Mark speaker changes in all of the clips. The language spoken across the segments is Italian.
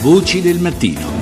Speaker 1: Voci del mattino.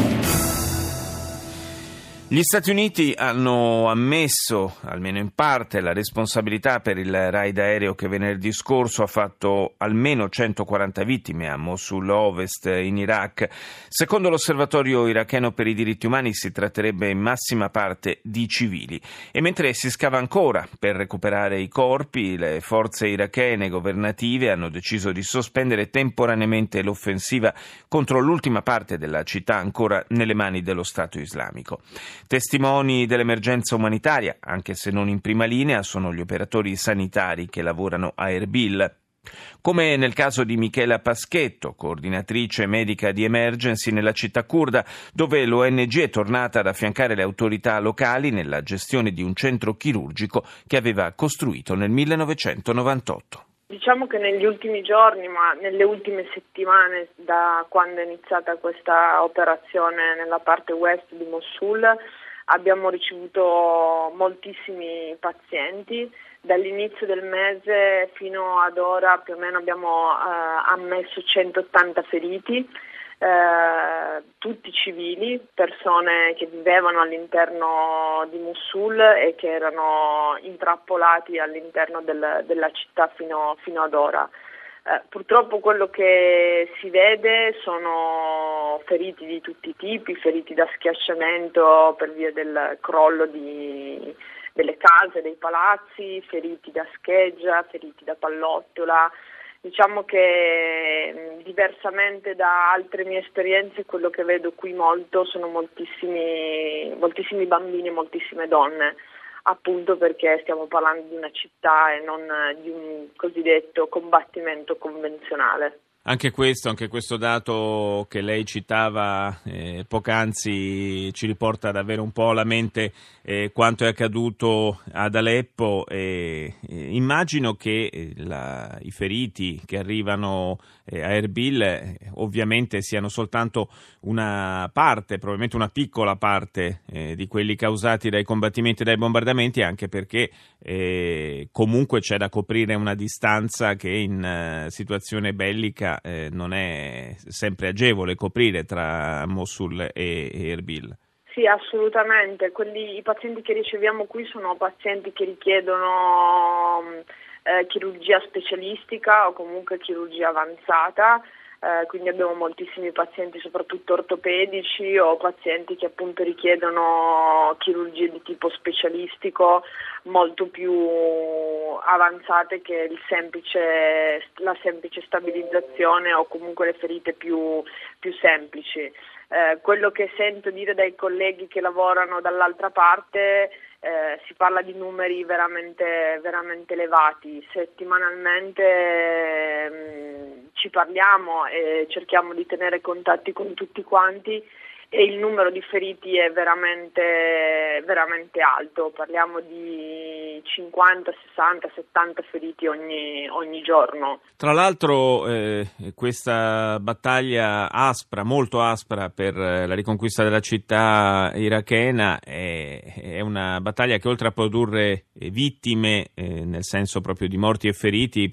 Speaker 2: Gli Stati Uniti hanno ammesso, almeno in parte, la responsabilità per il raid aereo che venerdì scorso ha fatto almeno 140 vittime a Mosul Ovest in Iraq. Secondo l'Osservatorio iracheno per i diritti umani si tratterebbe in massima parte di civili. E mentre si scava ancora per recuperare i corpi, le forze irachene governative hanno deciso di sospendere temporaneamente l'offensiva contro l'ultima parte della città ancora nelle mani dello Stato islamico. Testimoni dell'emergenza umanitaria, anche se non in prima linea, sono gli operatori sanitari che lavorano a Erbil. Come nel caso di Michela Paschetto, coordinatrice medica di Emergency nella città curda, dove l'ONG è tornata ad affiancare le autorità locali nella gestione di un centro chirurgico che aveva costruito nel 1998.
Speaker 3: Diciamo che negli ultimi giorni, ma nelle ultime settimane, da quando è iniziata questa operazione nella parte west di Mosul, abbiamo ricevuto moltissimi pazienti. Dall'inizio del mese fino ad ora più o meno abbiamo ammesso 180 feriti, tutti civili, persone che vivevano all'interno di Mosul e che erano intrappolati all'interno della città fino ad ora. Purtroppo quello che si vede sono feriti di tutti i tipi, feriti da schiacciamento per via del crollo delle case, dei palazzi, feriti da scheggia, feriti da pallottola. Diciamo che diversamente da altre mie esperienze, quello che vedo qui molto sono moltissimi bambini e moltissime donne, appunto perché stiamo parlando di una città e non di un cosiddetto combattimento convenzionale.
Speaker 2: Anche questo dato che lei citava poc'anzi ci riporta davvero un po' alla mente quanto è accaduto ad Aleppo. Immagino che i feriti che arrivano a Erbil ovviamente siano soltanto una parte, probabilmente una piccola parte di quelli causati dai combattimenti e dai bombardamenti, anche perché comunque c'è da coprire una distanza che in situazione bellica non è sempre agevole coprire tra Mosul e Erbil.
Speaker 3: Sì, assolutamente. I pazienti che riceviamo qui sono pazienti che richiedono chirurgia specialistica o comunque chirurgia avanzata. Quindi abbiamo moltissimi pazienti, soprattutto ortopedici, o pazienti che appunto richiedono chirurgie di tipo specialistico molto più avanzate che la semplice stabilizzazione o comunque le ferite più semplici. Quello che sento dire dai colleghi che lavorano dall'altra parte, si parla di numeri veramente, veramente elevati. Settimanalmente ci parliamo e cerchiamo di tenere contatti con tutti quanti e il numero di feriti è veramente, veramente alto. Parliamo di 50, 60, 70 feriti ogni giorno.
Speaker 2: Tra l'altro questa battaglia molto aspra per la riconquista della città irachena è una battaglia che oltre a produrre vittime, nel senso proprio di morti e feriti,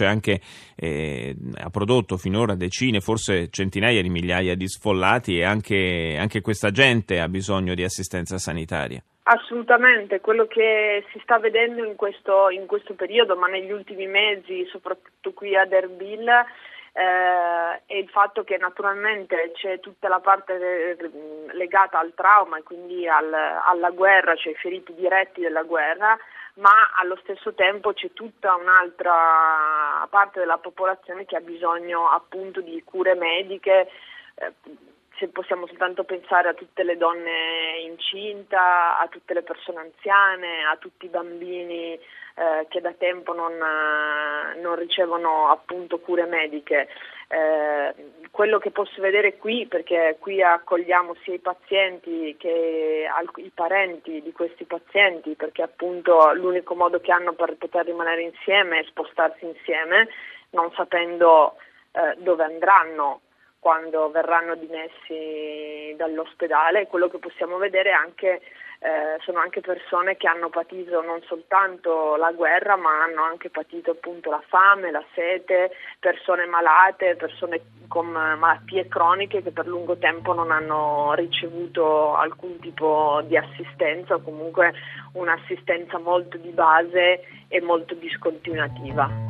Speaker 2: ha prodotto finora decine, forse centinaia di migliaia di sfollati e anche questa gente ha bisogno di assistenza sanitaria.
Speaker 3: Assolutamente, quello che si sta vedendo in questo periodo, ma negli ultimi mesi, soprattutto qui ad Erbil, è il fatto che naturalmente c'è tutta la parte legata al trauma e quindi alla guerra, cioè i feriti diretti della guerra, ma allo stesso tempo c'è tutta un'altra parte della popolazione che ha bisogno appunto di cure mediche. Se possiamo soltanto pensare a tutte le donne incinta, a tutte le persone anziane, a tutti i bambini che da tempo non ricevono appunto cure mediche. Quello che posso vedere qui, perché qui accogliamo sia i pazienti che i parenti di questi pazienti, perché appunto l'unico modo che hanno per poter rimanere insieme è spostarsi insieme, non sapendo dove andranno quando verranno dimessi dall'ospedale. Quello che possiamo vedere anche sono anche persone che hanno patito non soltanto la guerra, ma hanno anche patito appunto la fame, la sete, persone malate, persone con malattie croniche che per lungo tempo non hanno ricevuto alcun tipo di assistenza o comunque un'assistenza molto di base e molto discontinuativa.